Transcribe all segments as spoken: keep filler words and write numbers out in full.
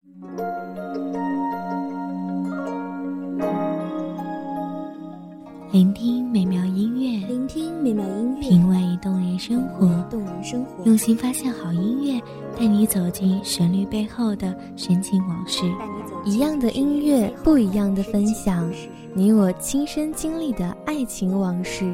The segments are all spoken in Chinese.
聆听美妙音乐， 聆听美妙音乐， 品味动人生活， 动人生活， 用心发现好音乐，带你走进旋律背后的深情往事。 一样的音乐，不一样的分享，你我亲身经历的爱情往事。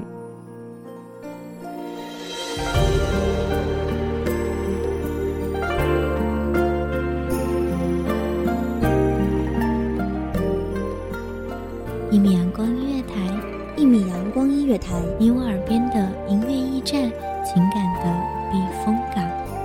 一米阳光音乐台， 一米阳光音乐台， 你我耳边的音乐驿站，情感的避风港。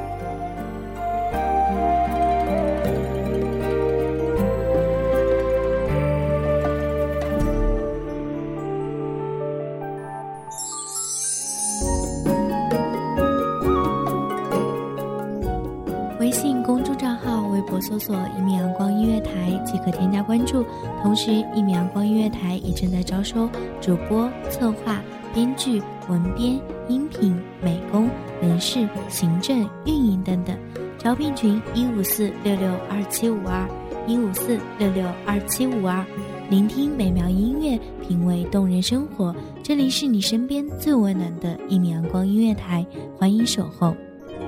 微信公众账号、微博搜索一米阳光音乐台即可添加关注。同时，一米阳光音乐台也正在招收主播、策划、编剧、文编、音频、美工、人事、行政、运营等等。招聘群一五四六六二七五二一五四六六二七五二。聆听美妙音乐，品味动人生活。这里是你身边最温暖的一米阳光音乐台，欢迎守候。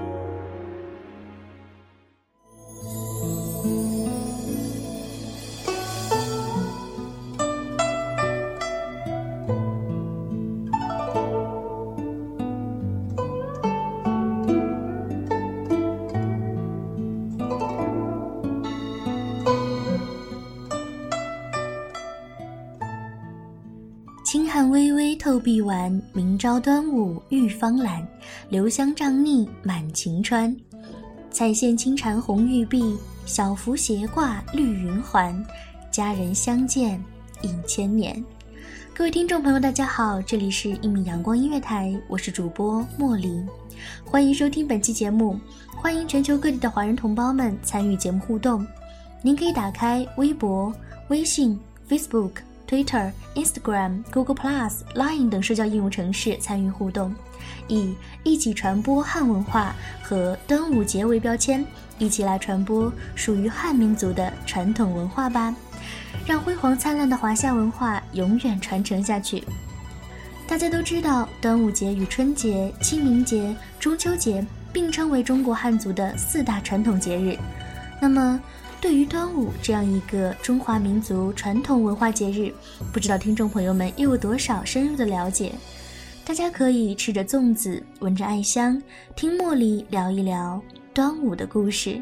清寒微微透碧丸，明朝端午浴芳兰。留香瘴腻满晴川，彩线轻缠红玉璧，小幅斜挂绿云环。佳人相见应千年。各位听众朋友大家好，这里是一米阳光音乐台，我是主播莫离，欢迎收听本期节目。欢迎全球各地的华人同胞们参与节目互动。您可以打开微博、微信、Facebook、Twitter、Instagram、Google Plus、Line 等社交应用程式参与互动，以一起传播汉文化和端午节为标签，一起来传播属于汉民族的传统文化吧，让辉煌灿烂的华夏文化永远传承下去。大家都知道，端午节与春节、清明节、中秋节并称为中国汉族的四大传统节日。那么对于端午这样一个中华民族传统文化节日，不知道听众朋友们又有多少深入的了解？大家可以吃着粽子，闻着艾香，听茉莉聊一聊端午的故事。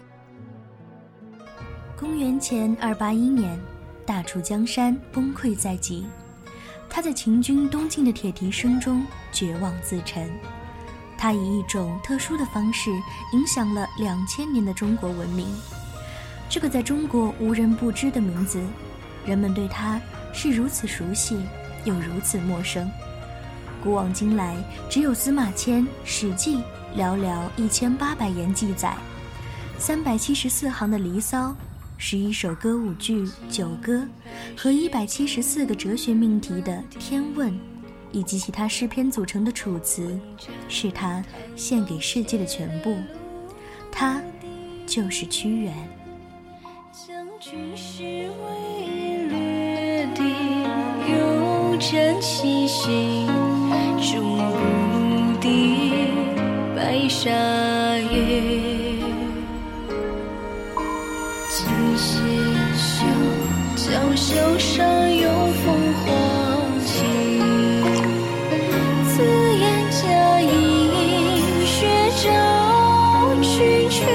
公元前二八一年，大楚江山崩溃在即，他在秦军东进的铁蹄声中绝望自沉。他以一种特殊的方式影响了两千年的中国文明。这个在中国无人不知的名字，人们对它是如此熟悉又如此陌生。古往今来，只有司马迁《史记》寥寥一千八百言记载，三百七十四行的《离骚》，十一首歌舞剧《九歌》和一百七十四个哲学命题的《天问》，以及其他诗篇组成的《楚辞》，是他献给世界的全部。他就是屈原。 将军是为掠地，有战西行，终不敌白沙野。今夕秀，江袖上有凤凰旗，自言假意，血照区区。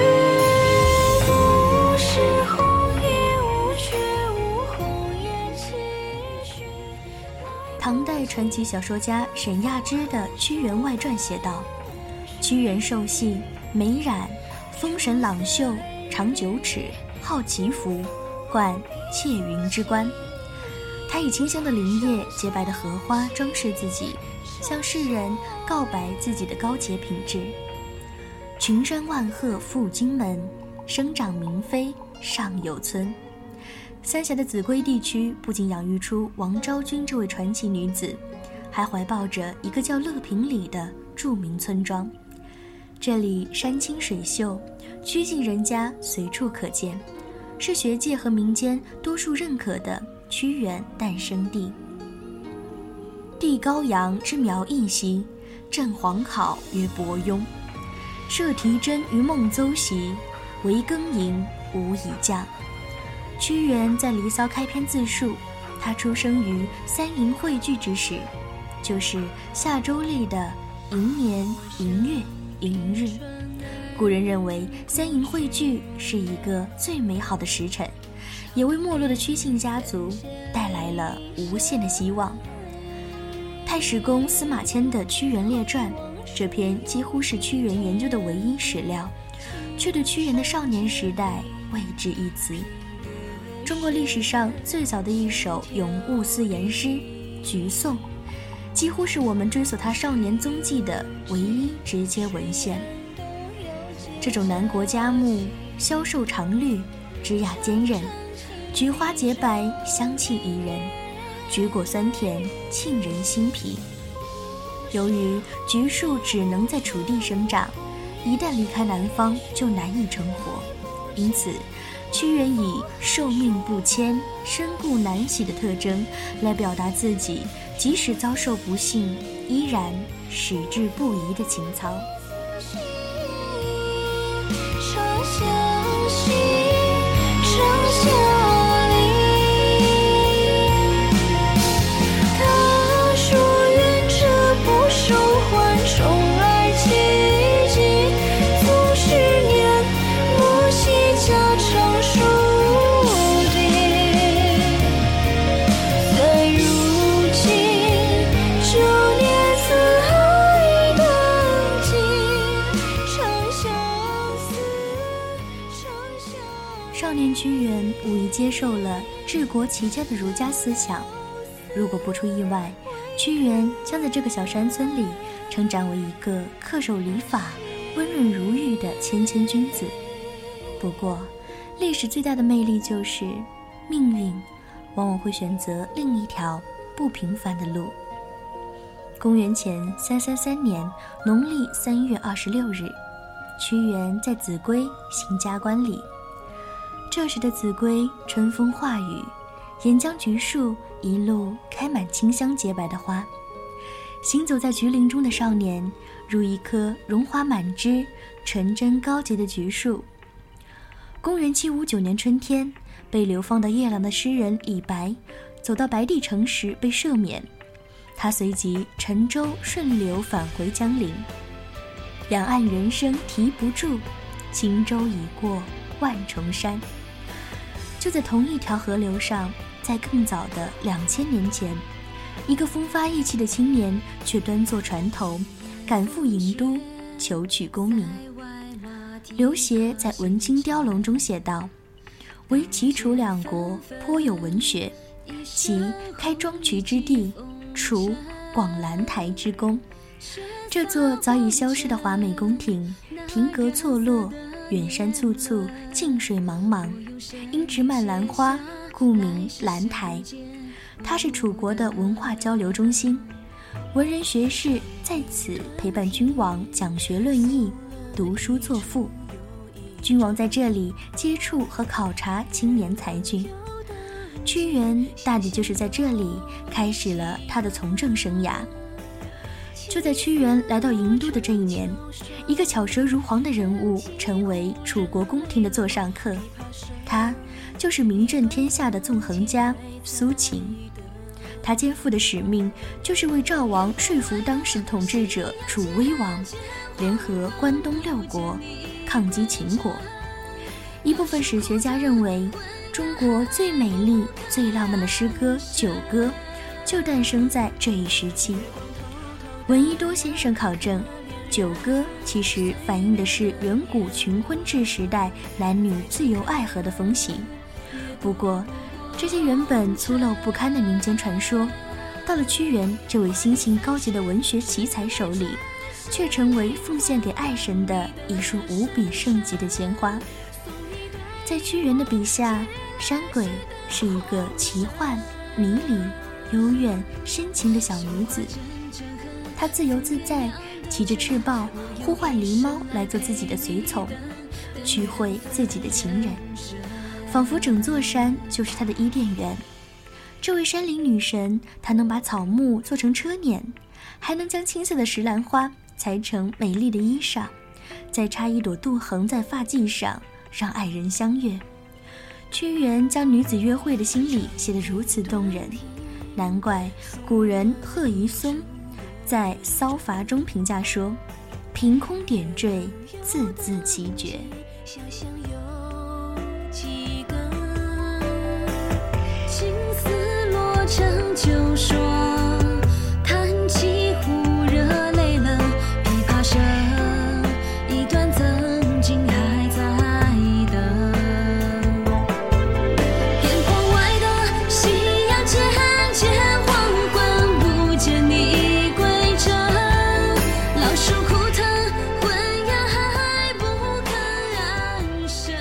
唐代传奇小说家沈亚之的《屈原外传》写道：屈原瘦细，眉染，风神朗秀，长九尺，好祈福，冠窃云之冠。他以清香的林叶、洁白的荷花装饰自己，向世人告白自己的高洁品质。群山万壑赴荆门，生长明妃上有村。三峡的秭归地区不仅养育出王昭君这位传奇女子，还怀抱着一个叫乐平里的著名村庄。 这里山清水秀，曲径人家随处可见，是学界和民间多数认可的屈原诞生地。帝高阳之苗裔兮，正黄考曰伯庸。设题真于孟邹兮，惟庚寅无以降。屈原在《离骚》开篇自述，他出生于三寅汇聚之时，就是夏周历的寅年、寅月、寅日。古人认为三寅汇聚是一个最美好的时辰，也为没落的屈姓家族带来了无限的希望。太史公司马迁的《屈原列传》，这篇几乎是屈原研究的唯一史料，却对屈原的少年时代未置一词。中国历史上最早的一首咏物思言诗《橘颂》，几乎是我们追索他少年踪迹的唯一直接文献。这种南国佳木，消瘦常绿，枝桠坚韧，菊花洁白，香气宜人，橘果酸甜，沁人心脾。由于橘树只能在楚地生长，一旦离开南方就难以成活，因此屈原以寿命不迁、身故难徙的特征来表达自己即使遭受不幸依然矢志不移的情操。 长相惜，长相离，他说愿者不受唤，宠儿戚戚，纵十年，莫惜家常数地。在如今九年四海登记，长相思，长相。 少年屈原无疑接受了治国齐家的儒家思想，如果不出意外，屈原将在这个小山村里成长为一个恪守礼法、温润如玉的谦谦君子。不过，历史最大的魅力就是命运往往会选择另一条不平凡的路。公元前三三三年农历三月二十六日，屈原在秭归行加冠礼。这时的秭归春风化雨，沿江橘树一路开满清香洁白的花。行走在橘林中的少年，如一棵荣华满枝、纯真高洁的橘树。公元七五九年春天，被流放到夜郎的诗人李白走到白帝城时被赦免，他随即乘舟顺流返回江陵。两岸猿声啼不住，轻舟已过万重山。就在同一条河流上，在更早的两千年前，一个风发意气的青年却端坐船头，赶赴郢都求取功名。刘勰在《文经雕龙》中写道：唯齐楚两国颇有文学，齐开庄渠之地，楚广兰台之功。这座早已消失的华美宫廷，亭阁错落，远山簇簇，近水茫茫，因植满兰花，故名兰台。它是楚国的文化交流中心，文人学士在此陪伴君王讲学论艺，读书作赋。君王在这里接触和考察青年才俊。屈原大抵就是在这里开始了他的从政生涯。就在屈原来到郢都的这一年，一个巧舌如簧的人物成为楚国宫廷的座上客，他就是名震天下的纵横家苏秦。他肩负的使命就是为赵王说服当时的统治者楚威王，联合关东六国抗击秦国。一部分史学家认为，中国最美丽最浪漫的诗歌《九歌》就诞生在这一时期。闻一多先生考证，《九歌》其实反映的是远古群婚制时代男女自由爱河的风行。不过这些原本粗陋不堪的民间传说，到了屈原这位心性高洁的文学奇才手里，却成为奉献给爱神的一束无比圣洁的鲜花。在屈原的笔下，山鬼是一个奇幻、迷离、幽怨、深情的小女子，她自由自在， 骑着赤豹呼唤狸猫来做自己的随从，取会自己的情人，仿佛整座山就是她的伊甸园。这位山林女神，她能把草木做成车辇，还能将青色的石兰花裁成美丽的衣裳，再插一朵杜衡在发髻上，让爱人相悦。屈原将女子约会的心理写得如此动人，难怪古人贺谒松在《骚伐》中评价说：“凭空点缀，字字奇绝。” 想想有几个青丝落成就说，弹起忽热泪了，琵琶声一段曾经还在的。天窗外的夕阳渐渐黄昏，不见你归程，老树枯藤昏鸦还不肯安生。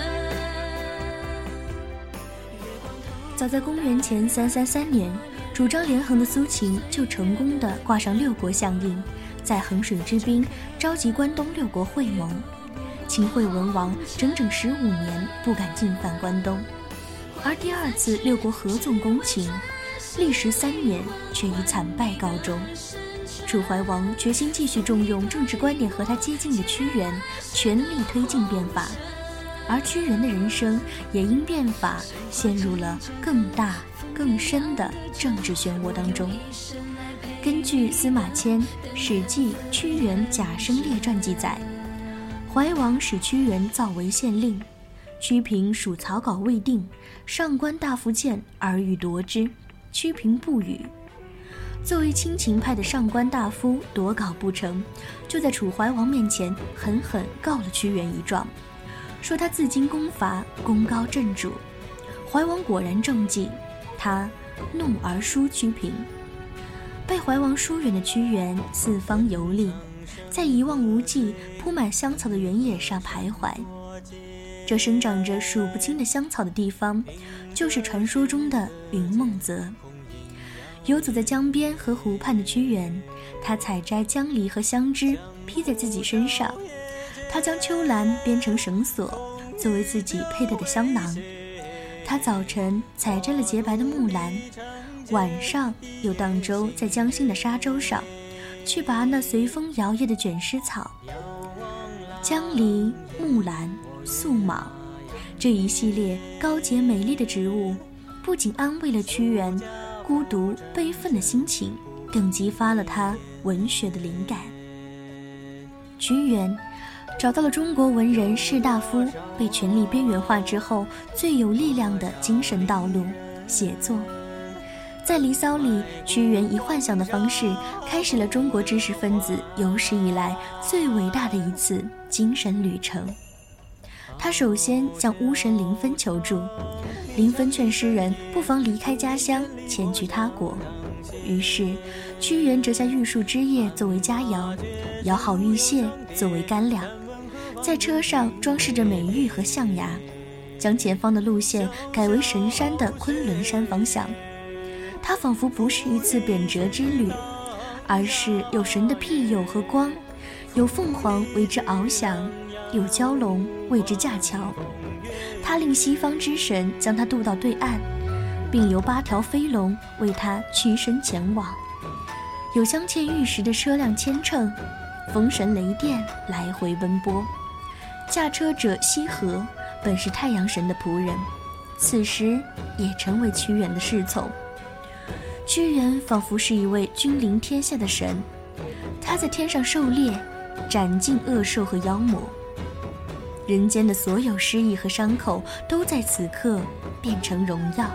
早在公元前三三三年，主张连横的苏秦就成功地挂上六国相印，在衡水之滨召集关东六国会盟。秦惠文王整整十五年不敢进犯关东，而第二次六国合纵攻秦，历时三年却以惨败告终。楚怀王决心继续重用政治观点和他接近的屈原，全力推进变法，而屈原的人生也因变法陷入了更大更深的政治漩涡当中。根据司马迁《史记·屈原贾生列传》记载，怀王使屈原造为县令，屈平属草稿未定，上官大夫见而欲夺之，屈平不与。作为亲秦派的上官大夫夺稿不成，就在楚怀王面前狠狠告了屈原一状，说他自经攻伐，功高震主。怀王果然中计，他怒而疏屈平。被怀王疏远的屈原四方游历，在一望无际铺满香草的原野上徘徊。这生长着数不清的香草的地方，就是传说中的云梦泽。游走在江边和湖畔的屈原，他采摘江梨和香枝披在自己身上，他将秋兰编成绳索，作为自己佩戴的香囊。他早晨采摘了洁白的木兰，晚上又荡舟在江心的沙洲上，去拔那随风摇曳的卷丝草。江梨、木兰、素莽，这一系列高洁美丽的植物，不仅安慰了屈原孤独悲愤的心情，更激发了他文学的灵感。屈原找到了中国文人士大夫被权力边缘化之后最有力量的精神道路——写作。在《离骚》里，屈原以幻想的方式开始了中国知识分子有史以来最伟大的一次精神旅程。他首先向巫神林芬求助，林芬劝诗人不妨离开家乡，前去他国。于是屈原折下玉树枝叶作为佳肴，舀好玉屑作为干粮，在车上装饰着美玉和象牙，将前方的路线改为神山的昆仑山方向。它仿佛不是一次贬谪之旅，而是有神的庇佑和光，有凤凰为之翱翔，有蛟龙为之架桥。他令西方之神将他渡到对岸，并由八条飞龙为他驱身前往。有镶嵌玉石的车辆牵乘，风神雷电来回奔波。驾车者羲和本是太阳神的仆人，此时也成为屈原的侍从。屈原仿佛是一位君临天下的神，他在天上狩猎，斩尽恶兽和妖魔。人间的所有失意和伤口都在此刻变成荣耀。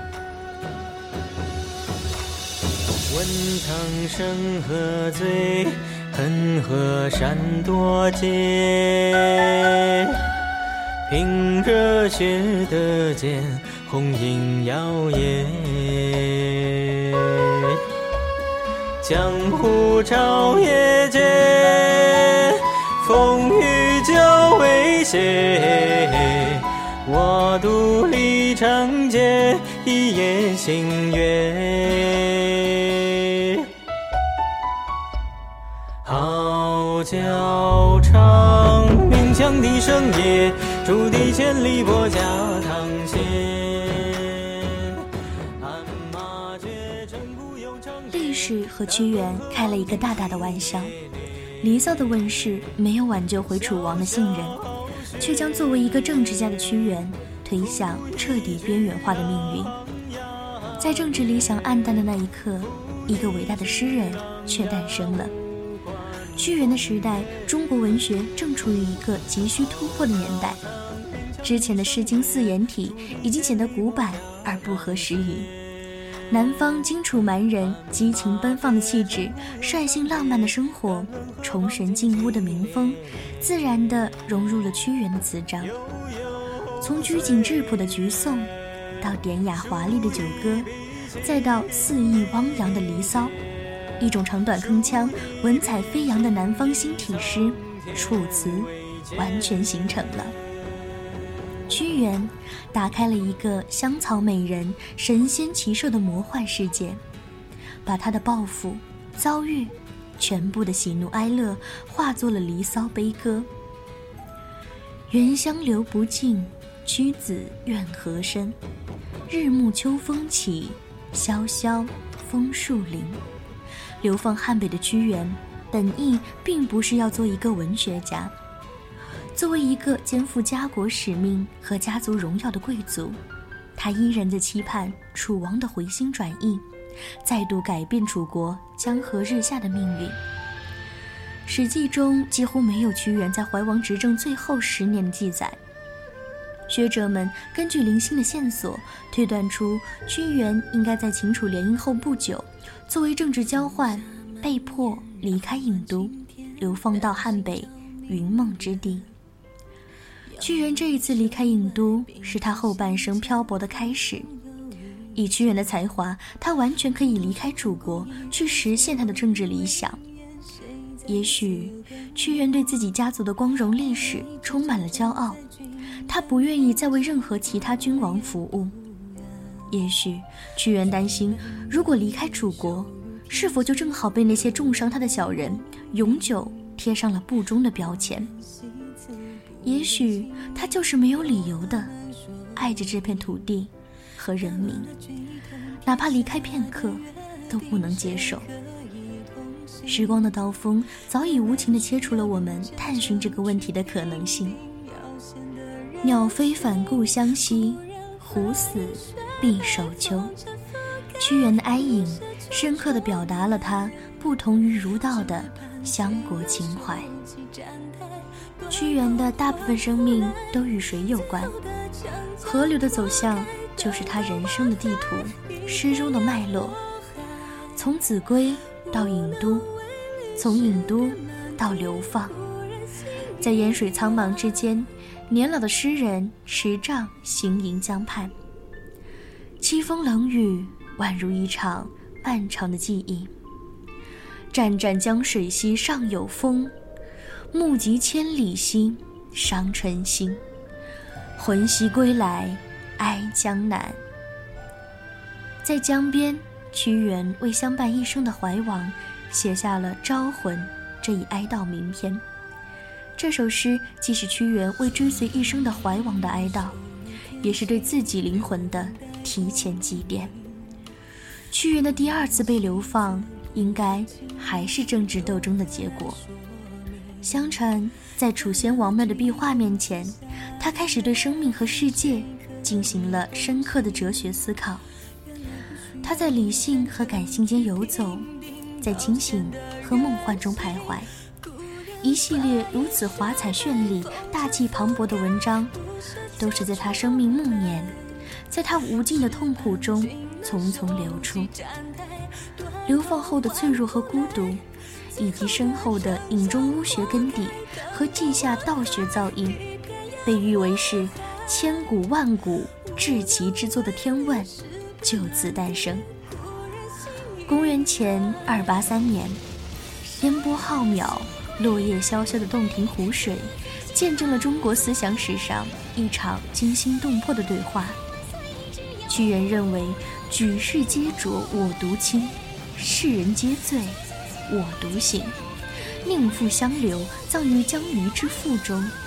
问苍生何罪，恨河山多劫。凭热血的剑，红缨摇曳。江湖朝野间，风雨久未歇。我独立长街，一夜星月。号角一生也，竹笛千里拨下堂前。 历史和屈原开了一个大大的玩笑，《离骚》的问世没有挽救回楚王的信任，却将作为一个政治家的屈原推向彻底边缘化的命运。在政治理想暗淡的那一刻，一个伟大的诗人却诞生了。屈原的时代，中国文学正处于一个急需突破的年代。之前的《诗经》四言体已经显得古板而不合时宜。南方荆楚蛮人激情奔放的气质，率性浪漫的生活，崇神敬巫的民风，自然地融入了屈原的词章。从拘谨质朴的橘颂，到典雅华丽的九歌，再到肆意汪洋的离骚，一种长短铿锵、文采飞扬的南方新体诗《楚辞》完全形成了。屈原打开了一个香草美人、神仙骑兽的魔幻世界，把他的抱负、遭遇、全部的喜怒哀乐化作了离骚悲歌。原香流不尽，屈子怨何生？日暮秋风起，萧萧枫树林。流放汉北的屈原，本意并不是要做一个文学家。作为一个肩负家国使命和家族荣耀的贵族，他依然在期盼楚王的回心转意，再度改变楚国江河日下的命运。史记中几乎没有屈原在怀王执政最后十年的记载。学者们根据零星的线索推断出，屈原应该在秦楚联姻后不久，作为政治交换，被迫离开郢都，流放到汉北云梦之地。屈原这一次离开郢都，是他后半生漂泊的开始。以屈原的才华，他完全可以离开楚国，去实现他的政治理想。也许屈原对自己家族的光荣历史充满了骄傲，他不愿意再为任何其他君王服务。也许屈原担心，如果离开楚国，是否就正好被那些重伤他的小人永久贴上了不忠的标签。也许他就是没有理由的爱着这片土地和人民，哪怕离开片刻都不能接受。时光的刀锋早已无情地切除了我们探寻这个问题的可能性。鸟飞返故乡兮，虎死必守丘。屈原的哀隐深刻地表达了他不同于儒道的乡国情怀。屈原的大部分生命都与水有关，河流的走向就是他人生的地图，诗中的脉络。从秭归到郢都，从郢都到流放，在烟水苍茫之间，年老的诗人持杖行吟江畔。凄风冷雨宛如一场漫长的记忆。湛湛江水兮上有风，目及千里兮伤春心。魂兮归来哀江南。在江边，屈原为相伴一生的怀王写下了《招魂》这一哀悼名篇。这首诗既是屈原为追随一生的怀王的哀悼，也是对自己灵魂的提前祭奠。屈原的第二次被流放，应该还是政治斗争的结果。相传，在楚先王庙的壁画面前，他开始对生命和世界进行了深刻的哲学思考。他在理性和感性间游走，在清醒和梦幻中徘徊。一系列如此华彩绚丽、大气磅礴的文章，都是在他生命暮年，在他无尽的痛苦中匆匆流出。流放后的脆弱和孤独，以及深厚的隐中巫学根底和稷下道学造诣，被誉为是千古万古至奇之作的天问，就此诞生。公元前二八三年，烟波浩渺、落叶萧萧的洞庭湖水，见证了中国思想史上一场惊心动魄的对话。屈原认为，举世皆浊我独清，世人皆醉我独醒，宁负相留，葬于江鱼之腹中。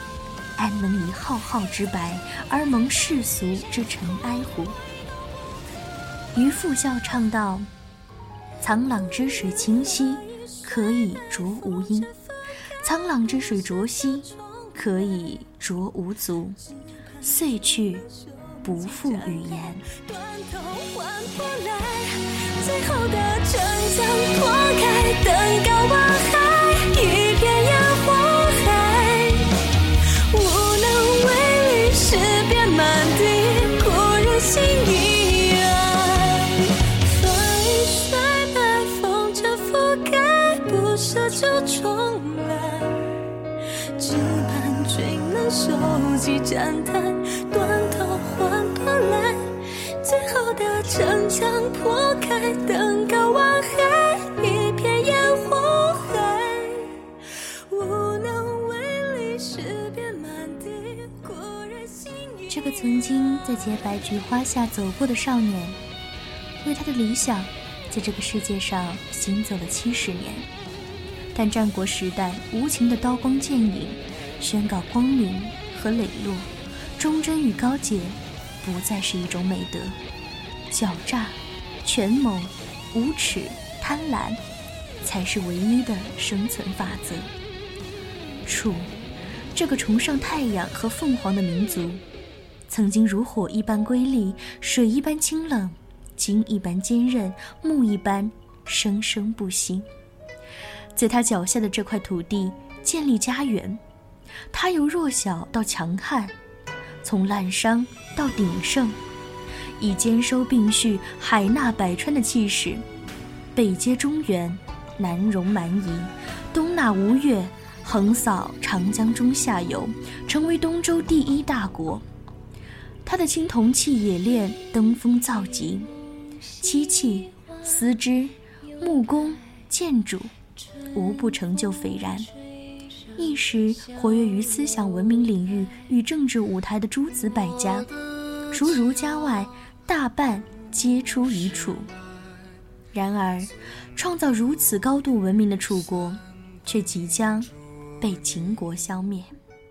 安能以浩浩之白而蒙世俗之尘埃乎？渔父笑唱道：沧浪之水清兮，可以濯无缨；沧浪之水浊兮，可以濯无足。岁去不复语言。 断头换不来，最后的城墙破开，登高望海，一片烟火海，无能为力，诗篇满地，故人心一样。放一甩白风筝覆盖，不舍就重来，只盼君能收集赞叹，断头换不来，最后的城墙破开，登高望海，一片烟火海，无能为力，诗篇满地，故人心一样。 这个曾经在洁白菊花下走过的少年，为他的理想在这个世界上行走了七十年，但战国时代无情的刀光剑影宣告光明和磊落，忠贞与高洁不再是一种美德，狡诈、权谋、无耻、贪婪才是唯一的生存法则。楚，这个崇尚太阳和凤凰的民族，曾经如火一般瑰丽，水一般清冷，金一般坚韧，木一般生生不息。在他脚下的这块土地建立家园，他由弱小到强悍，从滥觞到鼎盛，以兼收并蓄、海纳百川的气势，北接中原，南容蛮夷，东纳吴越，横扫长江中下游，成为东周第一大国。他的青铜器冶炼登峰造极，漆器、丝织、木工、建筑无不成就斐然。一时活跃于思想文明领域与政治舞台的诸子百家，除儒家外，大半皆出于楚。然而创造如此高度文明的楚国，却即将被秦国消灭。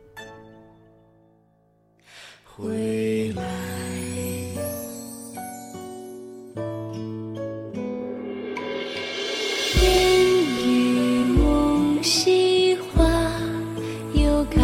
回来，烟雨梦溪花又开，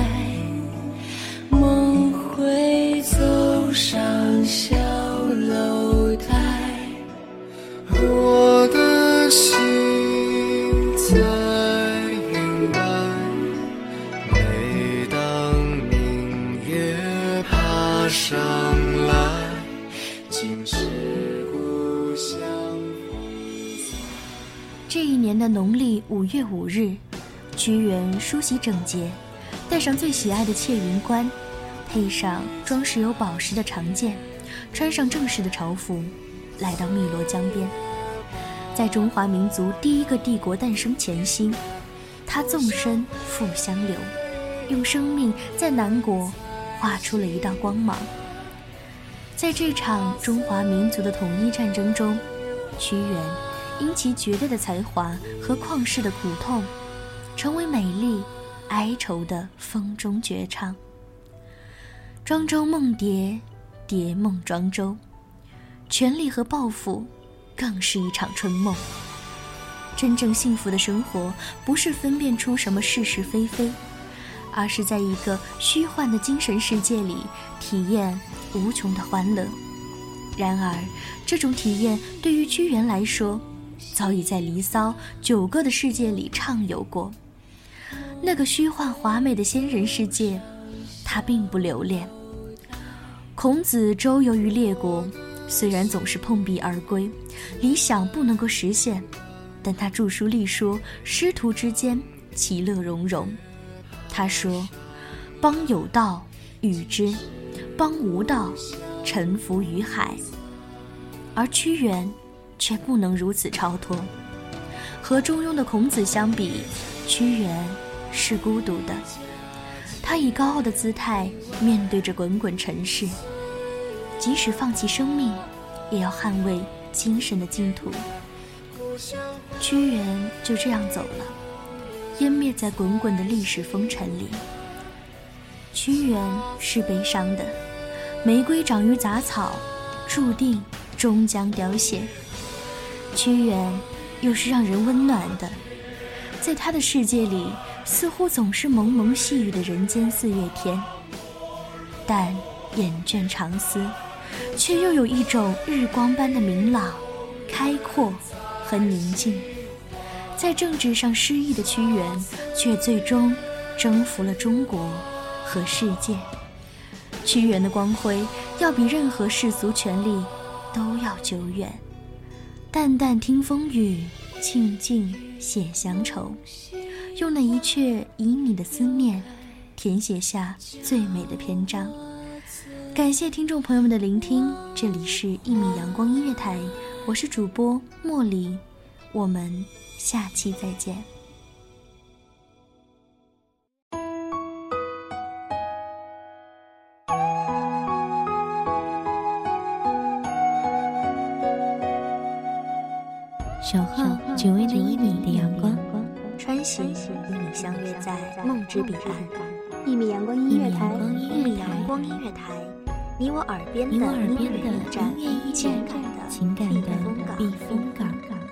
梦回走上小楼台， 我的心在云外，每当明月爬上来，竟是故乡风采。 这一年的农历五月五日，屈原梳洗整洁，戴上最喜爱的窃云冠，配上装饰有宝石的长剑，穿上正式的朝服，来到汨罗江边。在中华民族第一个帝国诞生前夕，他纵身赴湘流，用生命在南国画出了一道光芒。在这场中华民族的统一战争中，屈原因其绝对的才华和旷世的苦痛，成为美丽哀愁的风中绝唱。庄周梦蝶，蝶梦庄周，权力和抱负更是一场春梦。真正幸福的生活，不是分辨出什么是是非非，而是在一个虚幻的精神世界里体验无穷的欢乐。然而这种体验对于屈原来说，早已在离骚九个的世界里畅游过。那个虚幻华美的仙人世界，他并不留恋。孔子周游于列国，虽然总是碰壁而归，理想不能够实现，但他著书立说，师徒之间其乐融融。他说：邦有道，与之；邦无道，臣服于海。而屈原却不能如此超脱。和中庸的孔子相比，屈原是孤独的。他以高傲的姿态面对着滚滚尘世，即使放弃生命，也要捍卫精神的净土。屈原就这样走了，湮灭在滚滚的历史风尘里。 屈原是悲伤的，玫瑰长于杂草，注定终将凋谢。屈原又是让人温暖的，在他的世界里，似乎总是蒙蒙细雨的人间四月天，但眼倦长思，却又有一种日光般的明朗、开阔和宁静。在政治上失意的屈原，却最终征服了中国和世界。屈原的光辉要比任何世俗权力都要久远。淡淡听风雨，静静写乡愁，用那一阙旖旎的思念填写下最美的篇章。感谢听众朋友们的聆听，这里是一米阳光音乐台，我是主播茉莉，我们下期再见。 守候只为那一米的阳光， 穿行与你相约在梦之彼岸。一米阳光音乐台，一米阳光音乐台，你我耳边的你我耳边的音乐驿站， 情感的避风港。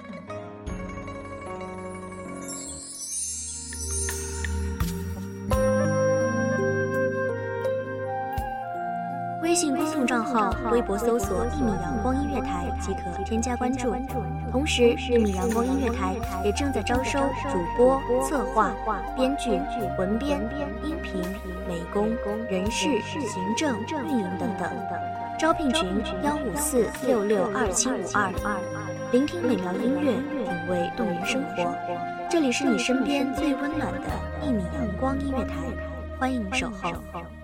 微信公众账号、微博搜索“一米阳光音乐台”即可添加关注。同时，一米阳光音乐台也正在招收主播、策划、编剧、文编、音频、美工、人事、行政、运营等等。招聘群：幺五四六六二七五二。聆听美妙音乐，品味动人生活。这里是你身边最温暖的一米阳光音乐台，欢迎守候。